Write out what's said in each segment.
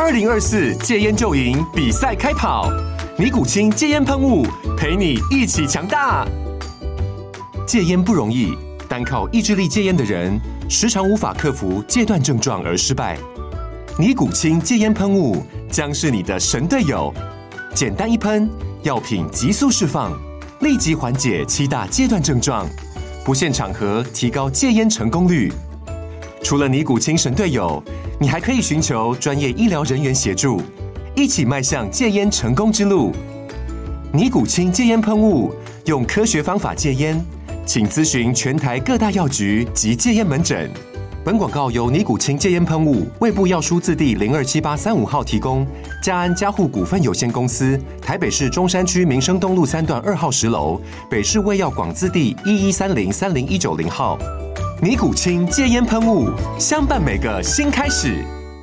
2024戒烟就赢比赛开跑，尼古清戒烟喷雾陪你一起强大。戒烟不容易，单靠意志力戒烟的人，时常无法克服戒断症状而失败。尼古清戒烟喷雾将是你的神队友，简单一喷，药品急速释放，立即缓解7大戒断症状，不限场合提高戒烟成功率。除了尼古清神队友，你还可以寻求专业医疗人员协助，一起迈向戒烟成功之路。尼古清戒烟喷雾，用科学方法戒烟，请咨询全台各大药局及戒烟门诊。本广告由尼古清戒烟喷雾、卫部药书字第027835号提供，嘉安嘉护股份有限公司，台北市中山区民生东路3段2号10楼，北市卫药广字第1130-30190号。尼古清戒烟喷雾，相伴每个新开始。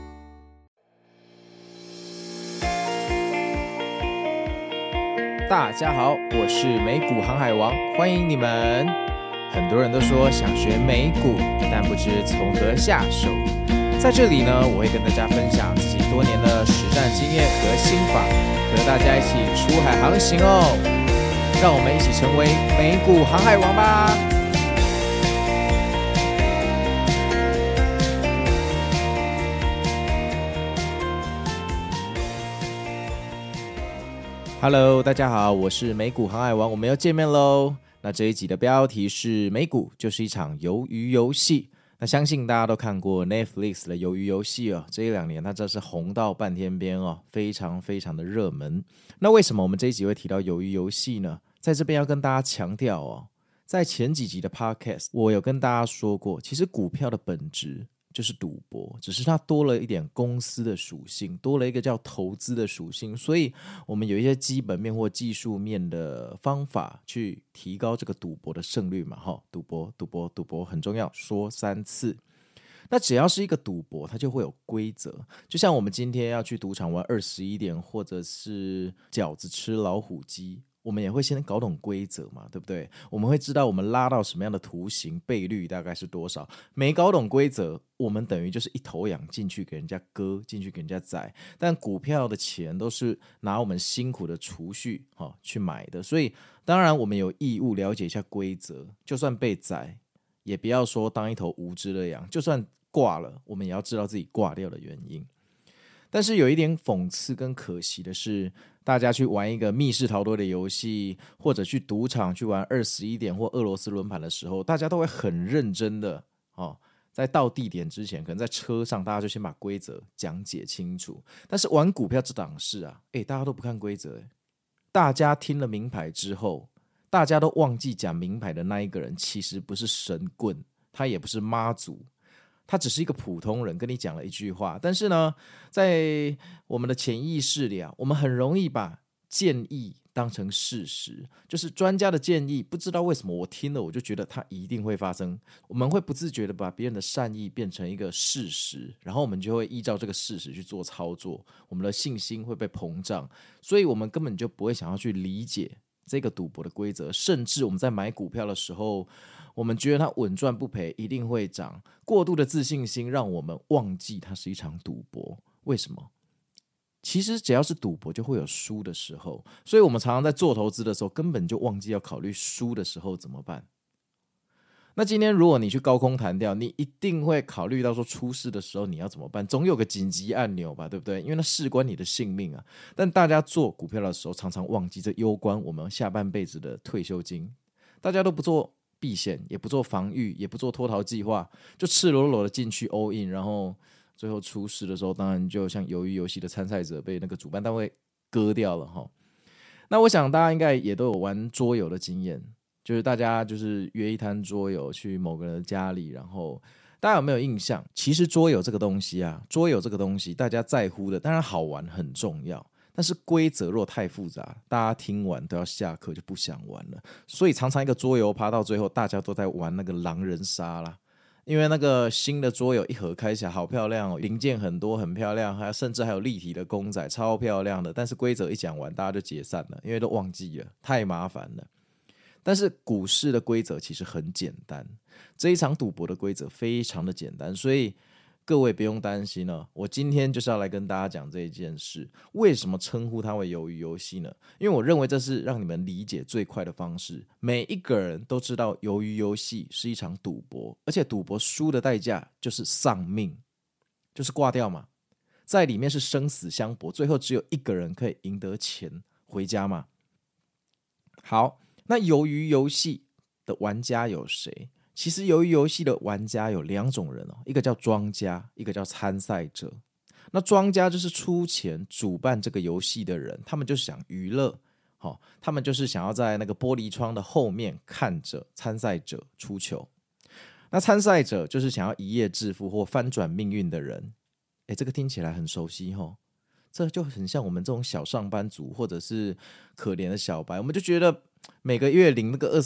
大家好，我是美股航海王，欢迎你们。很多人都说想学美股，但不知从何下手。在这里呢，我会跟大家分享自己多年的实战经验和心法，和大家一起出海航行哦。让我们一起成为美股航海王吧！Hello， 大家好，我是美股航海王，我们又见面喽。那这一集的标题是美股就是一场鱿鱼游戏。那相信大家都看过 Netflix 的鱿鱼游戏哦，这1-2年它真是红到半天边哦，非常非常的热门。那为什么我们这一集会提到鱿鱼游戏呢？在这边要跟大家强调哦，在前几集的 Podcast 我有跟大家说过，其实股票的本质就是赌博，只是它多了一点公司的属性，多了一个叫投资的属性，所以我们有一些基本面或技术面的方法去提高这个赌博的胜率嘛。赌博很重要，说3次。那只要是一个赌博，它就会有规则，就像我们今天要去赌场玩21点，或者是饺子吃老虎机，我们也会先搞懂规则嘛，对不对？我们会知道我们拉到什么样的图形，倍率大概是多少。没搞懂规则，我们等于就是一头羊进去给人家割，进去给人家宰。但股票的钱都是拿我们辛苦的储蓄去买的，所以当然我们有义务了解一下规则，就算被宰，也不要说当一头无知的羊，就算挂了，我们也要知道自己挂掉的原因。但是有一点讽刺跟可惜的是，大家去玩一个密室逃脱的游戏，或者去赌场去玩21点或俄罗斯轮盘的时候，大家都会很认真的在到地点之前，可能在车上大家就先把规则讲解清楚。但是玩股票这档事啊，大家都不看规则，大家听了名牌之后，大家都忘记讲名牌的那一个人其实不是神棍，他也不是妈祖，他只是一个普通人跟你讲了一句话。但是呢，在我们的潜意识里啊，我们很容易把建议当成事实，就是专家的建议，不知道为什么我听了我就觉得它一定会发生。我们会不自觉的把别人的善意变成一个事实，然后我们就会依照这个事实去做操作，我们的信心会被膨胀，所以我们根本就不会想要去理解这个赌博的规则。甚至我们在买股票的时候，我们觉得它稳赚不赔，一定会涨，过度的自信心让我们忘记它是一场赌博。为什么？其实只要是赌博就会有输的时候，所以我们常常在做投资的时候根本就忘记要考虑输的时候怎么办。那今天如果你去高空弹跳，你一定会考虑到说出事的时候你要怎么办，总有个紧急按钮吧，对不对？因为那事关你的性命啊。但大家做股票的时候常常忘记这攸关我们下半辈子的退休金，大家都不做避险，也不做防御，也不做脱逃计划，就赤裸裸的进去 all in， 然后最后出事的时候，当然就像鱿鱼游戏的参赛者被那个主办单位割掉了。那我想大家应该也都有玩桌游的经验，就是大家就是约一摊桌游去某个人的家里，然后大家有没有印象？其实桌游这个东西大家在乎的当然好玩很重要，但是规则若太复杂，大家听完都要下课就不想玩了。所以常常一个桌游趴到最后，大家都在玩那个狼人杀啦。因为那个新的桌游一盒开起来好漂亮哦，零件很多很漂亮，甚至还有立体的公仔，超漂亮的。但是规则一讲完，大家就解散了，因为都忘记了，太麻烦了。但是股市的规则其实很简单，这一场赌博的规则非常的简单，所以各位不用担心了，我今天就是要来跟大家讲这一件事。为什么称呼它为鱿鱼游戏呢？因为我认为这是让你们理解最快的方式。每一个人都知道鱿鱼游戏是一场赌博，而且赌博输的代价就是丧命，就是挂掉嘛。在里面是生死相搏，最后只有一个人可以赢得钱回家嘛。好，那鱿鱼游戏的玩家有谁？其实鱿鱼游戏的玩家有2种人哦，一个叫庄家，一个叫参赛者。那庄家就是出钱主办这个游戏的人，他们就是想娱乐，他们就是想要在那个玻璃窗的后面看着参赛者出球。那参赛者就是想要一夜致富或翻转命运的人。这个听起来很熟悉齁，这就很像我们这种小上班族或者是可怜的小白，我们就觉得每个月领那个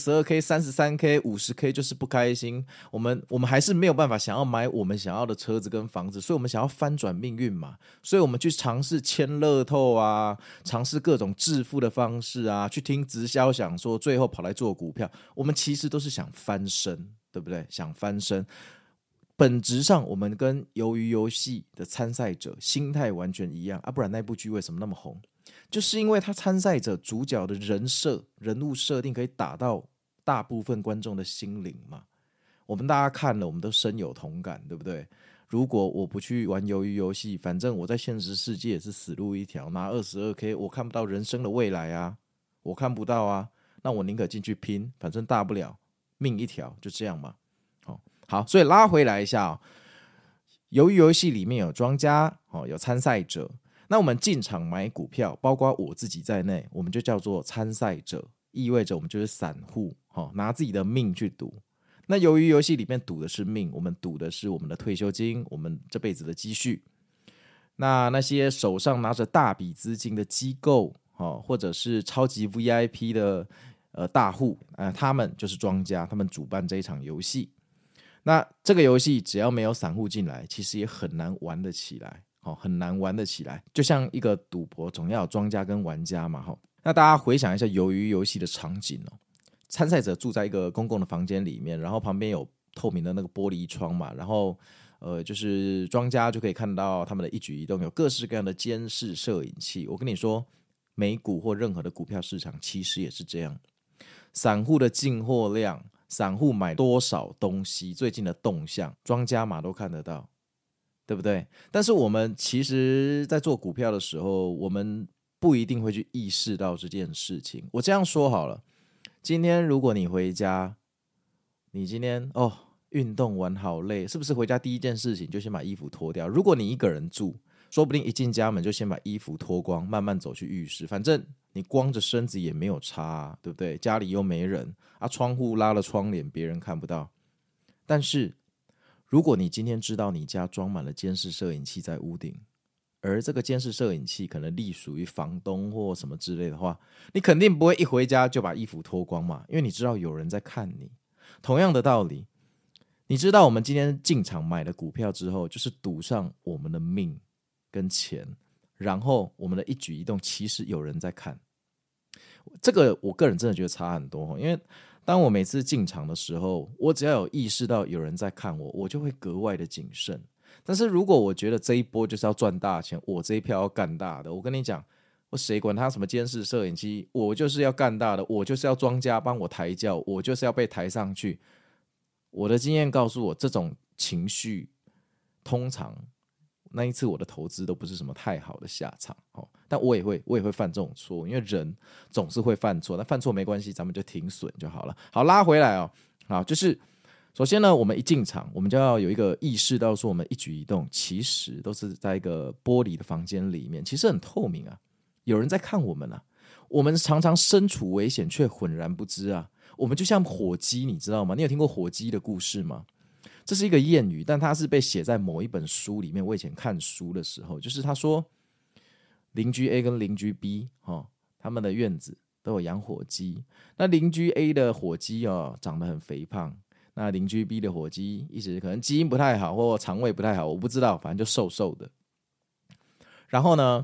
22K、33K、50K 就是不开心，我们还是没有办法想要买我们想要的车子跟房子，所以我们想要翻转命运嘛，所以我们去尝试签乐透啊，尝试各种致富的方式啊，去听直销想说最后跑来做股票，我们其实都是想翻身，对不对？想翻身。本质上我们跟鱿鱼游戏的参赛者心态完全一样啊，不然那部剧为什么那么红？就是因为他参赛者主角的人物设定可以打到大部分观众的心灵嘛。我们大家看了我们都深有同感，对不对？如果我不去玩鱿鱼游戏，反正我在现实世界也是死路一条，拿 22K 我看不到人生的未来啊，我看不到啊，那我宁可进去拼，反正大不了命一条，就这样嘛。好，所以拉回来一下鱿鱼游戏里面有庄家，有参赛者。那我们进场买股票，包括我自己在内，我们就叫做参赛者，意味着我们就是散户，拿自己的命去赌。那鱿鱼游戏里面赌的是命，我们赌的是我们的退休金，我们这辈子的积蓄。那些手上拿着大笔资金的机构，或者是超级 VIP 的大户，他们就是庄家，他们主办这一场游戏。那这个游戏只要没有散户进来，其实也很难玩得起来，很难玩得起来。就像一个赌博，总要有庄家跟玩家嘛。那大家回想一下鱿鱼游戏的场景参赛者住在一个公共的房间里面，然后旁边有透明的那个玻璃窗嘛，然后就是庄家就可以看到他们的一举一动，有各式各样的监视摄影器。我跟你说，美股或任何的股票市场其实也是这样，散户的进货量，散户买多少东西，最近的动向，庄家嘛都看得到，对不对？但是我们其实在做股票的时候，我们不一定会去意识到这件事情。我这样说好了，今天如果你回家，你今天运动完好累，是不是回家第一件事情就先把衣服脱掉？如果你一个人住，说不定一进家门就先把衣服脱光，慢慢走去浴室，反正你光着身子也没有差对不对？家里又没人窗户拉了窗帘，别人看不到。但是如果你今天知道你家装满了监视摄影器在屋顶，而这个监视摄影器可能隶属于房东或什么之类的话，你肯定不会一回家就把衣服脱光嘛，因为你知道有人在看你。同样的道理，你知道我们今天进场买了股票之后，就是赌上我们的命跟钱，然后我们的一举一动其实有人在看。这个我个人真的觉得差很多，因为当我每次进场的时候，我只要有意识到有人在看我，我就会格外的谨慎。但是如果我觉得这一波就是要赚大钱，我这一票要干大的，我跟你讲，我谁管他什么监视摄影机，我就是要干大的，我就是要庄家帮我抬轿，我就是要被抬上去。我的经验告诉我，这种情绪通常那一次我的投资都不是什么太好的下场，但我也会犯这种错误，因为人总是会犯错，但犯错没关系，咱们就停损就好了。好，拉回来好，就是首先呢，我们一进场，我们就要有一个意识到说，我们一举一动其实都是在一个玻璃的房间里面，其实很透明啊，有人在看我们啊，我们常常身处危险却浑然不知啊，我们就像火鸡，你知道吗？你有听过火鸡的故事吗？这是一个谚语，但它是被写在某一本书里面。我以前看书的时候，就是他说邻居 A 跟邻居 B，他们的院子都有养火鸡。那邻居 A 的火鸡长得很肥胖，那邻居 B 的火鸡一直可能基因不太好或肠胃不太好，我不知道，反正就瘦瘦的。然后呢，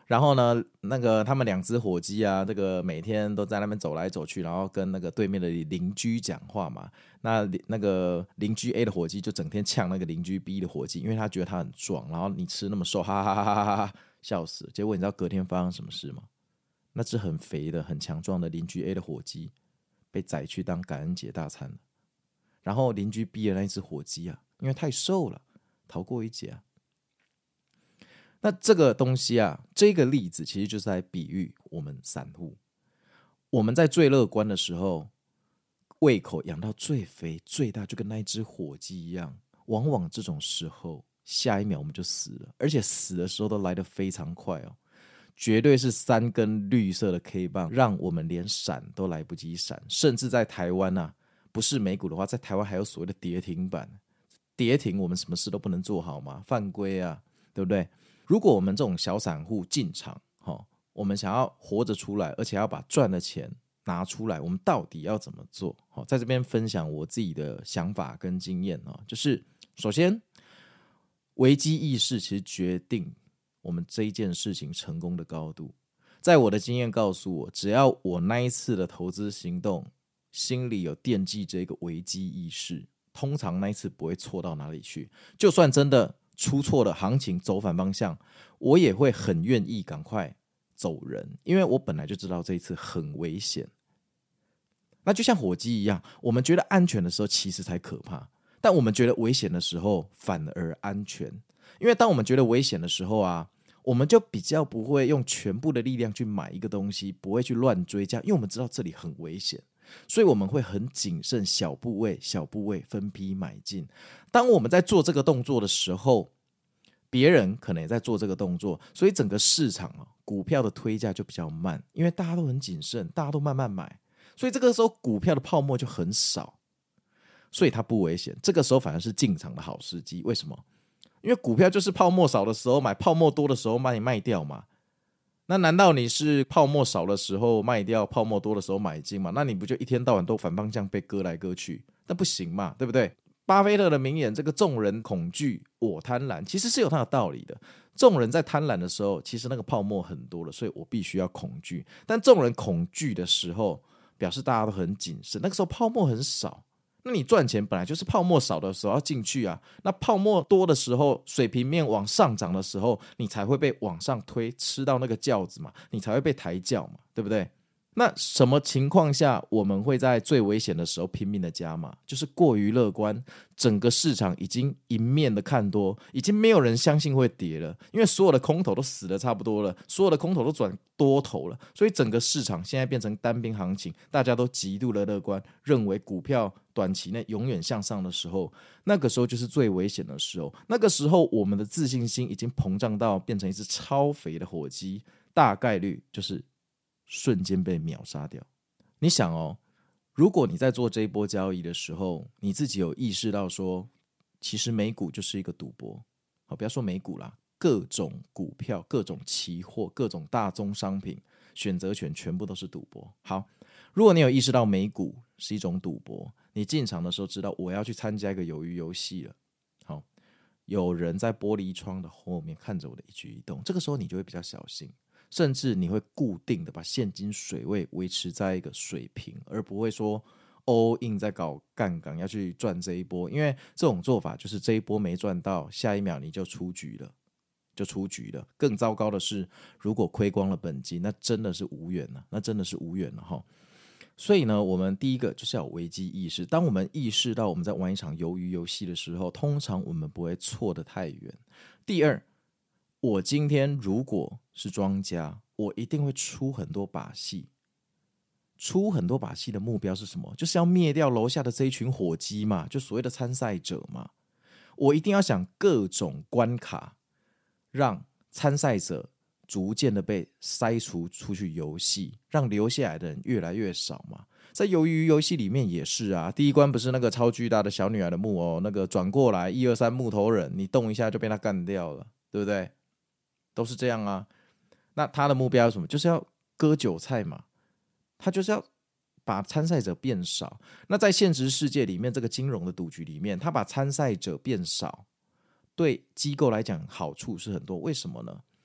然后呢，他们2只火鸡啊，这个每天都在那边走来走去，然后跟那个对面的邻居讲话嘛。那个邻居 A 的火鸡就整天呛那个邻居 B 的火鸡，因为他觉得他很壮，然后你吃那么瘦，哈哈哈哈哈哈，笑死了。结果你知道隔天发生什么事吗？那只很肥的、很强壮的邻居 A 的火鸡被宰去当感恩节大餐了。然后邻居 B 的那一只火鸡啊，因为太瘦了，逃过一劫啊。那这个东西啊，这个例子其实就是在比喻我们散户，我们在最乐观的时候，胃口养到最肥最大，就跟那一只火鸡一样，往往这种时候，下一秒我们就死了，而且死的时候都来得非常快哦，绝对是3根绿色的 K 棒，让我们连闪都来不及闪，甚至在台湾啊，不是美股的话，在台湾还有所谓的跌停板，跌停我们什么事都不能做好嘛，犯规啊，对不对？如果我们这种小散户进场，我们想要活着出来，而且要把赚的钱拿出来，我们到底要怎么做？在这边分享我自己的想法跟经验，就是首先，危机意识其实决定我们这一件事情成功的高度。在我的经验告诉我，只要我那一次的投资行动心里有惦记这个危机意识，通常那一次不会错到哪里去。就算真的出错了，行情走反方向，我也会很愿意赶快走人，因为我本来就知道这一次很危险。那就像火鸡一样，我们觉得安全的时候其实才可怕，但我们觉得危险的时候反而安全。因为当我们觉得危险的时候啊，我们就比较不会用全部的力量去买一个东西，不会去乱追加，因为我们知道这里很危险，所以我们会很谨慎，小部位分批买进。当我们在做这个动作的时候，别人可能也在做这个动作，所以整个市场股票的推价就比较慢，因为大家都很谨慎，大家都慢慢买，所以这个时候股票的泡沫就很少，所以它不危险。这个时候反而是进场的好时机。为什么？因为股票就是泡沫少的时候买，泡沫多的时候卖掉嘛。那难道你是泡沫少的时候卖掉，泡沫多的时候买进吗？那你不就一天到晚都反方向被割来割去？那不行嘛，对不对？巴菲特的名言，这个众人恐惧我贪婪，其实是有它的道理的。众人在贪婪的时候，其实那个泡沫很多了，所以我必须要恐惧。但众人恐惧的时候，表示大家都很谨慎，那个时候泡沫很少。那你赚钱本来就是泡沫少的时候要进去啊，那泡沫多的时候，水平面往上涨的时候，你才会被往上推，吃到那个轿子嘛，你才会被抬轿嘛，对不对？那什么情况下我们会在最危险的时候拼命的加码？就是过于乐观，整个市场已经一面的看多，已经没有人相信会跌了，因为所有的空头都死得差不多了，所有的空头都转多头了，所以整个市场现在变成单兵行情，大家都极度的乐观，认为股票短期内永远向上的时候，那个时候就是最危险的时候。那个时候我们的自信心已经膨胀到变成一只超肥的火鸡，大概率就是瞬间被秒杀掉。你想如果你在做这一波交易的时候，你自己有意识到说，其实美股就是一个赌博，不要说美股啦，各种股票、各种期货、各种大宗商品、选择权全部都是赌博。好，如果你有意识到美股是一种赌博，你进场的时候知道我要去参加一个鱿鱼游戏了。好，有人在玻璃窗的后面看着我的一举一动，这个时候你就会比较小心。甚至你会固定的把现金水位维持在一个水平，而不会说 all in 在搞杠杆要去赚这一波，因为这种做法就是这一波没赚到，下一秒你就出局了。更糟糕的是，如果亏光了本金，那真的是无缘了，所以呢，我们第一个就是要有危机意识。当我们意识到我们在玩一场鱿鱼游戏的时候，通常我们不会错得太远。第二，我今天如果是庄家，我一定会出很多把戏。出很多把戏的目标是什么？就是要灭掉楼下的这一群火鸡嘛，就所谓的参赛者嘛。我一定要想各种关卡，让参赛者逐渐的被筛除出去游戏，让留下来的人越来越少嘛。在鱿鱼游戏里面也是啊，第一关不是那个超巨大的小女孩的木那个转过来1、2、3木头人，你动一下就被他干掉了，对不对？都是这样啊。那他的目标是什么？就是要割韭菜嘛，他就是要把参赛者变少。那在现实世界里面，这个金融的赌局里面，他把参赛者变少，对机构来讲好处是很多。为什么呢？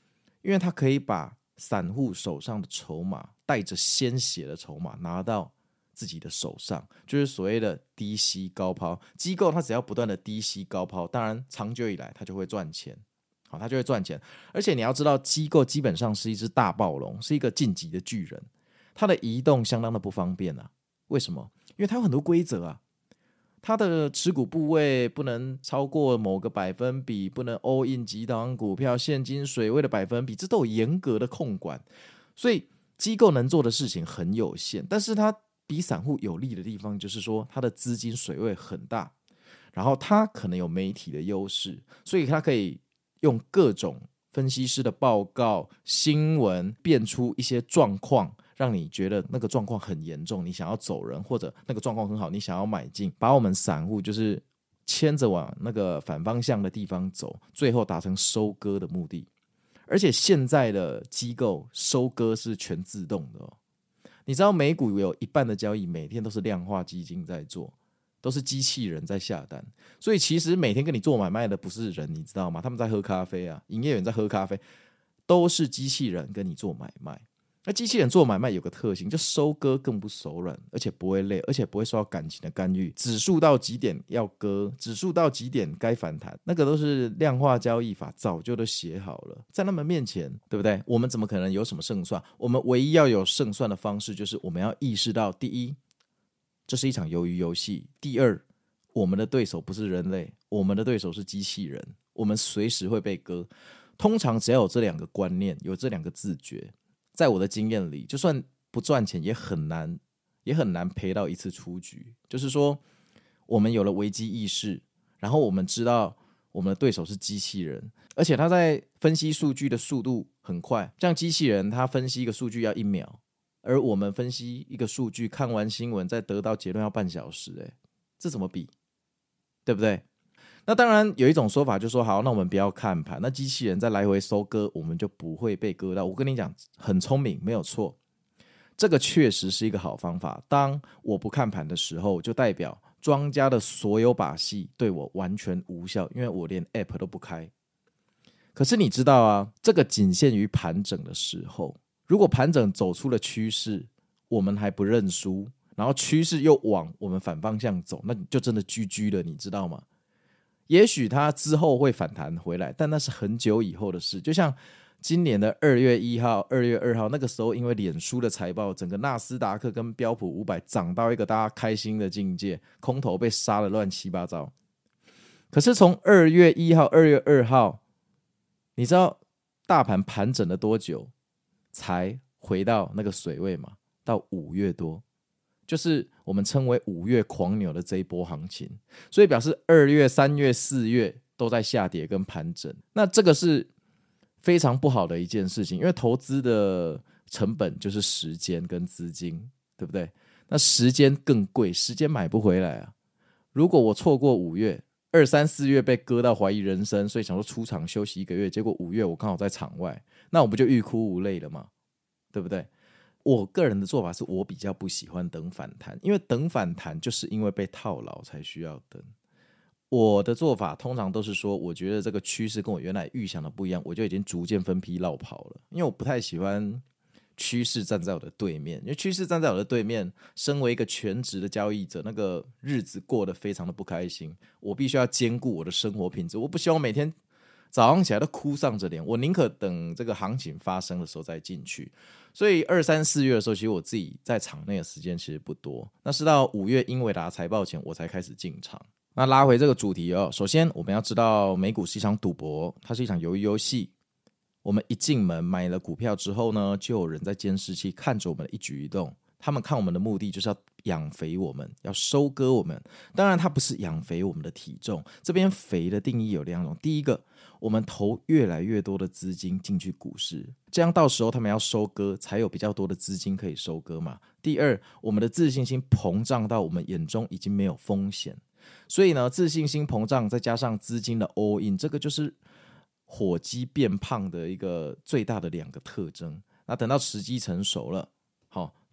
因为它可以把散户手上的筹码带着鲜血的筹码拿到自己的手上，就是所谓的低吸高抛。机构它只要不断的低吸高抛，当然长久以来它就会赚钱，好，它就会赚钱。而且你要知道，机构基本上是一只大暴龙，是一个晋级的巨人，它的移动相当的不方便啊。为什么？因为它有很多规则啊，它的持股部位不能超过某个百分比，不能 all in 几档股票，现金水位的百分比，这都有严格的控管。所以机构能做的事情很有限，但是它比散户有利的地方就是说，它的资金水位很大，然后它可能有媒体的优势，所以它可以用各种分析师的报告、新闻变出一些状况，让你觉得那个状况很严重，你想要走人，或者那个状况很好，你想要买进，把我们散户就是牵着往那个反方向的地方走，最后达成收割的目的。而且现在的机构收割是全自动的哦。你知道美股有一半的交易每天都是量化基金在做，都是机器人在下单，所以其实每天跟你做买卖的不是人，你知道吗？他们在喝咖啡啊，营业员在喝咖啡，都是机器人跟你做买卖。那机器人做买卖有个特性，就收割更不手软，而且不会累，而且不会受到感情的干预。指数到几点要割，指数到几点该反弹，那个都是量化交易法早就都写好了，在他们面前，对不对？我们怎么可能有什么胜算？我们唯一要有胜算的方式，就是我们要意识到，第一，这是一场鱿鱼游戏；第二，我们的对手不是人类，我们的对手是机器人，我们随时会被割。通常只要有这两个观念，有这两个自觉，在我的经验里，就算不赚钱也很难赔到一次出局。就是说，我们有了危机意识，然后我们知道我们的对手是机器人，而且他在分析数据的速度很快，像机器人他分析一个数据要1秒，而我们分析一个数据，看完新闻再得到结论要半小时，这怎么比？对不对？那当然有一种说法就是说，好，那我们不要看盘，那机器人在来回收割，我们就不会被割到。我跟你讲，很聪明，没有错，这个确实是一个好方法。当我不看盘的时候，就代表庄家的所有把戏对我完全无效，因为我连 App 都不开。可是你知道啊，这个仅限于盘整的时候，如果盘整走出了趋势，我们还不认输，然后趋势又往我们反方向走，那就真的 GG 了，你知道吗？也许它之后会反弹回来，但那是很久以后的事。就像今年的2月1号、2月2号，那个时候因为脸书的财报，整个纳斯达克跟标普500涨到一个大家开心的境界，空头被杀得乱七八糟。可是从2月1号、2月2号，你知道大盘盘整了多久才回到那个水位吗？到5月多。就是我们称为5月狂牛的这一波行情，所以表示2月、3月、4月都在下跌跟盘整。那这个是非常不好的一件事情，因为投资的成本就是时间跟资金，对不对？那时间更贵，时间买不回来啊。如果我错过5月，2、3、4月被割到怀疑人生，所以想说出场休息1个月，结果5月我刚好在场外，那我不就欲哭无泪了吗？对不对？我个人的做法是，我比较不喜欢等反弹，因为等反弹就是因为被套牢才需要等。我的做法通常都是说，我觉得这个趋势跟我原来预想的不一样，我就已经逐渐分批绕跑了。因为我不太喜欢趋势站在我的对面，因为趋势站在我的对面，身为一个全职的交易者，那个日子过得非常的不开心。我必须要兼顾我的生活品质，我不希望每天早上起来都哭丧着脸，我宁可等这个行情发生的时候再进去。所以2、3、4月的时候，其实我自己在场内的时间其实不多，那是到5月英伟达财报前我才开始进场。那拉回这个主题哦，首先我们要知道美股是一场赌博，它是一场鱿鱼游戏。我们一进门买了股票之后呢，就有人在监视器看着我们的一举一动，他们看我们的目的就是要养肥我们，要收割我们。当然它不是养肥我们的体重，这边肥的定义有2种，第一个，我们投越来越多的资金进去股市，这样到时候他们要收割才有比较多的资金可以收割嘛。第二，我们的自信心膨胀到我们眼中已经没有风险，所以呢，自信心膨胀再加上资金的 all in， 这个就是火鸡变胖的一个最大的2个特征。那等到时机成熟了，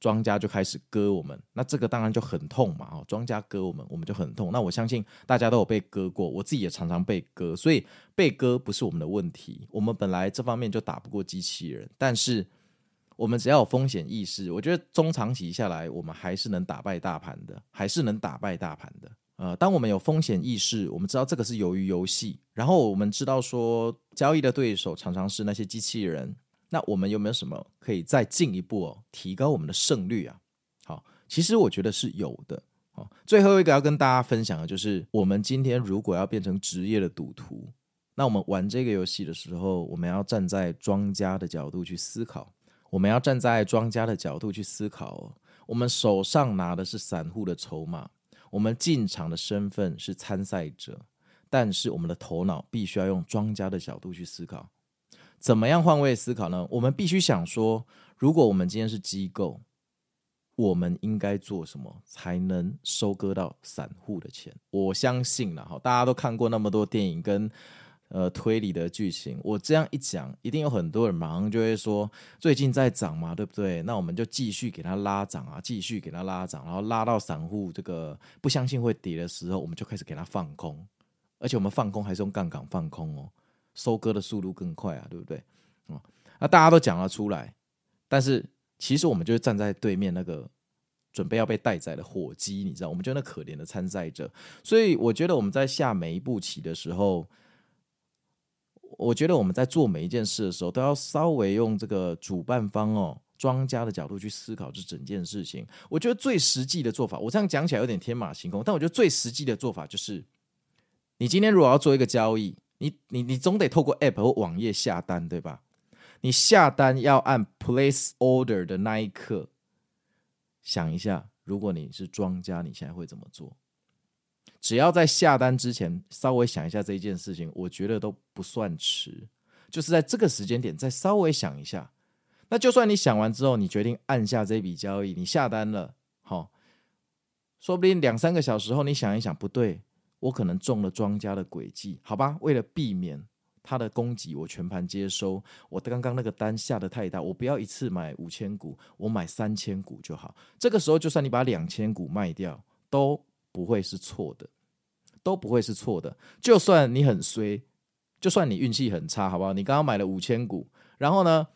庄家就开始割我们，那这个当然就很痛嘛，庄家割我们，我们就很痛。那我相信大家都有被割过，我自己也常常被割，所以被割不是我们的问题，我们本来这方面就打不过机器人，但是我们只要有风险意识，我觉得中长期下来，我们还是能打败大盘的，当我们有风险意识，我们知道这个是鱿鱼游戏，然后我们知道说交易的对手常常是那些机器人，那我们有没有什么可以再进一步提高我们的胜率啊？好，其实我觉得是有的。最后一个要跟大家分享的就是，我们今天如果要变成职业的赌徒，那我们玩这个游戏的时候，我们要站在庄家的角度去思考。我们手上拿的是散户的筹码，我们进场的身份是参赛者，但是我们的头脑必须要用庄家的角度去思考。怎么样换位思考呢？我们必须想说，如果我们今天是机构，我们应该做什么才能收割到散户的钱？我相信啦，大家都看过那么多电影跟推理的剧情，我这样一讲，一定有很多人马上就会说，最近在涨嘛，对不对？那我们就继续给它拉涨啊，然后拉到散户这个不相信会跌的时候，我们就开始给它放空，而且我们放空还是用杠杆放空收割的速度更快啊，对不对？那大家都讲了出来，但是其实我们就是站在对面那个准备要被待宰的火鸡，你知道，我们就那可怜的参赛者。所以我觉得我们在下每一步棋的时候，我觉得我们在做每一件事的时候，都要稍微用这个主办方庄家的角度去思考这整件事情。我觉得最实际的做法，我这样讲起来有点天马行空，但我觉得最实际的做法就是，你今天如果要做一个交易，你总得透过 App 或网页下单，对吧？你下单要按 Place Order 的那一刻，想一下，如果你是庄家，你现在会怎么做？只要在下单之前稍微想一下这一件事情，我觉得都不算迟。就是在这个时间点再稍微想一下，那就算你想完之后，你决定按下这笔交易，你下单了，说不定2-3个小时后你想一想，不对，我可能中了庄家的诡计，好吧，为了避免他的攻击，我全盘接收，我刚刚那个单下得太大，我不要一次买5000股，我买3000股就好。这个时候就算你把2000股卖掉都不会是错的，就算你很衰，就算你运气很差，好不好？你刚刚买了5000股，然后呢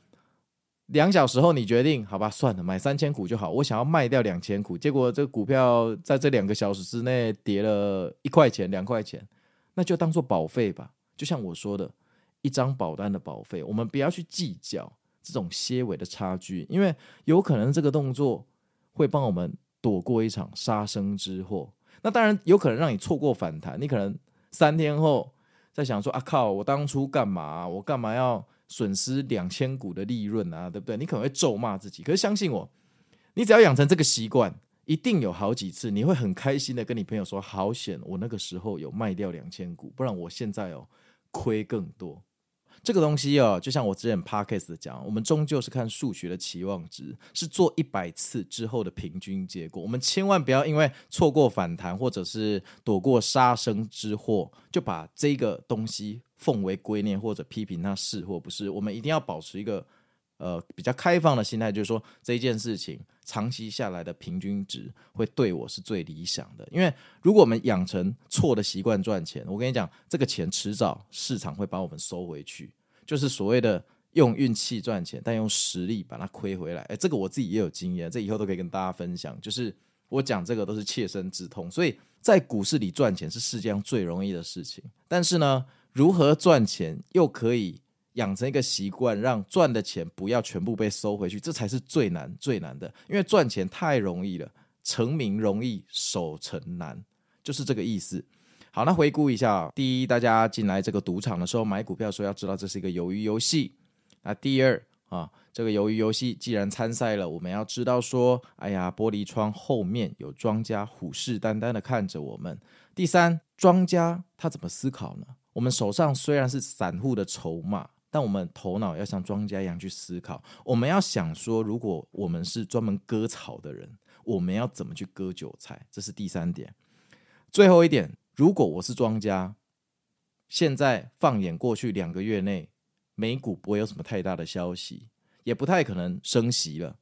2小时后你决定，好吧，算了，买3000股就好，我想要卖掉2000股，结果这个股票在这2个小时之内跌了1块钱2块钱，那就当做保费吧。就像我说的，一张保单的保费，我们不要去计较这种些微的差距，因为有可能这个动作会帮我们躲过一场杀身之祸。那当然有可能让你错过反弹，你可能3天后在想说，靠，我当初干嘛我干嘛要损失2000股的利润啊，对不对？你可能会咒骂自己，可是相信我，你只要养成这个习惯，一定有好几次你会很开心的跟你朋友说，好险我那个时候有卖掉2000股，不然我现在亏更多。这个东西就像我之前 Podcast 讲，我们终究是看数学的期望值，是做100次之后的平均结果。我们千万不要因为错过反弹或者是躲过杀身之祸，就把这个东西奉为圭臬或者批评它是或不是。我们一定要保持一个比较开放的心态，就是说这一件事情长期下来的平均值会对我是最理想的。因为如果我们养成错的习惯赚钱，我跟你讲，这个钱迟早市场会把我们收回去，就是所谓的用运气赚钱，但用实力把它亏回来。这个我自己也有经验，这以后都可以跟大家分享，就是我讲这个都是切身之痛。所以在股市里赚钱是世界上最容易的事情，但是呢，如何赚钱又可以养成一个习惯，让赚的钱不要全部被收回去，这才是最难的。因为赚钱太容易了，成名容易，守成难，就是这个意思。好，那回顾一下，第一，大家进来这个赌场的时候买股票的时候要知道这是一个鱿鱼游戏。那第二这个鱿鱼游戏既然参赛了，我们要知道说，哎呀，玻璃窗后面有庄家虎视眈眈的看着我们。第三，庄家他怎么思考呢？我们手上虽然是散户的筹码，但我们头脑要像庄家一样去思考。我们要想说，如果我们是专门割草的人，我们要怎么去割韭菜？这是第三点。最后一点，如果我是庄家，现在放眼过去2个月内，美股不会有什么太大的消息，也不太可能升息了。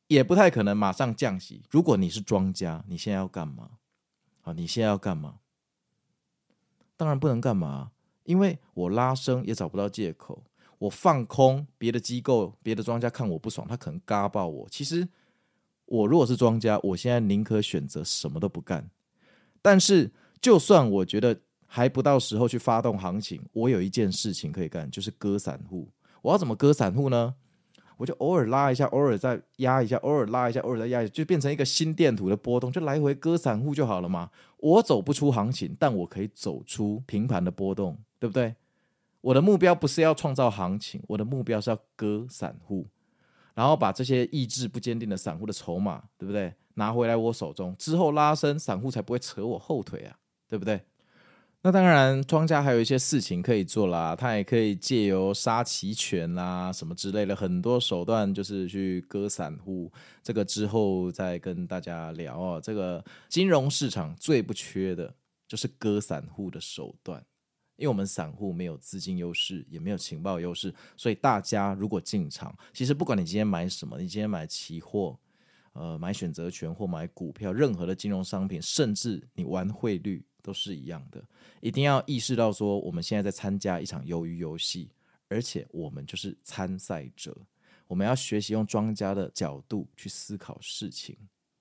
也不太可能马上降息。如果你是庄家，你现在要干嘛？你现在要干嘛？当然不能干嘛，因为我拉升也找不到借口，我放空，别的机构、别的庄家看我不爽，他可能嘎爆我。其实我如果是庄家，我现在宁可选择什么都不干。但是就算我觉得还不到时候去发动行情，我有一件事情可以干，就是割散户。我要怎么割散户呢？我就偶尔拉一下，偶尔再压一下，偶尔拉一下，偶尔再压一下，就变成一个心电图的波动，就来回割散户就好了嘛。我走不出行情，但我可以走出平盘的波动，对不对？我的目标不是要创造行情，我的目标是要割散户，然后把这些意志不坚定的散户的筹码，对不对？拿回来我手中，之后拉升，散户才不会扯我后腿啊，对不对？那当然，庄家还有一些事情可以做啦，他也可以借由杀期权啦什么之类的很多手段，就是去割散户。这个之后再跟大家聊哦。这个金融市场最不缺的就是割散户的手段，因为我们散户没有资金优势，也没有情报优势，所以大家如果进场，其实不管你今天买什么，你今天买期货、买选择权或买股票，任何的金融商品，甚至你玩汇率都是一样的。一定要意识到说，我们现在在参加一场鱿鱼游戏，而且我们就是参赛者，我们要学习用庄家的角度去思考事情。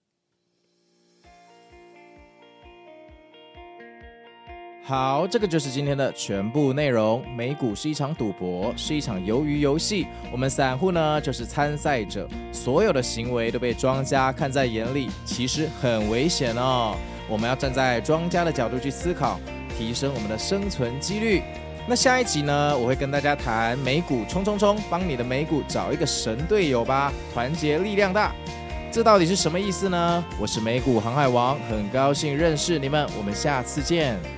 好，这个就是今天的全部内容。美股是一场赌博，是一场鱿鱼游戏，我们散户呢就是参赛者，所有的行为都被庄家看在眼里，其实很危险哦。我们要站在庄家的角度去思考，提升我们的生存几率。那下一集呢，我会跟大家谈美股冲冲冲，帮你的美股找一个神队友吧，团结力量大。这到底是什么意思呢？我是美股航海王，很高兴认识你们，我们下次见。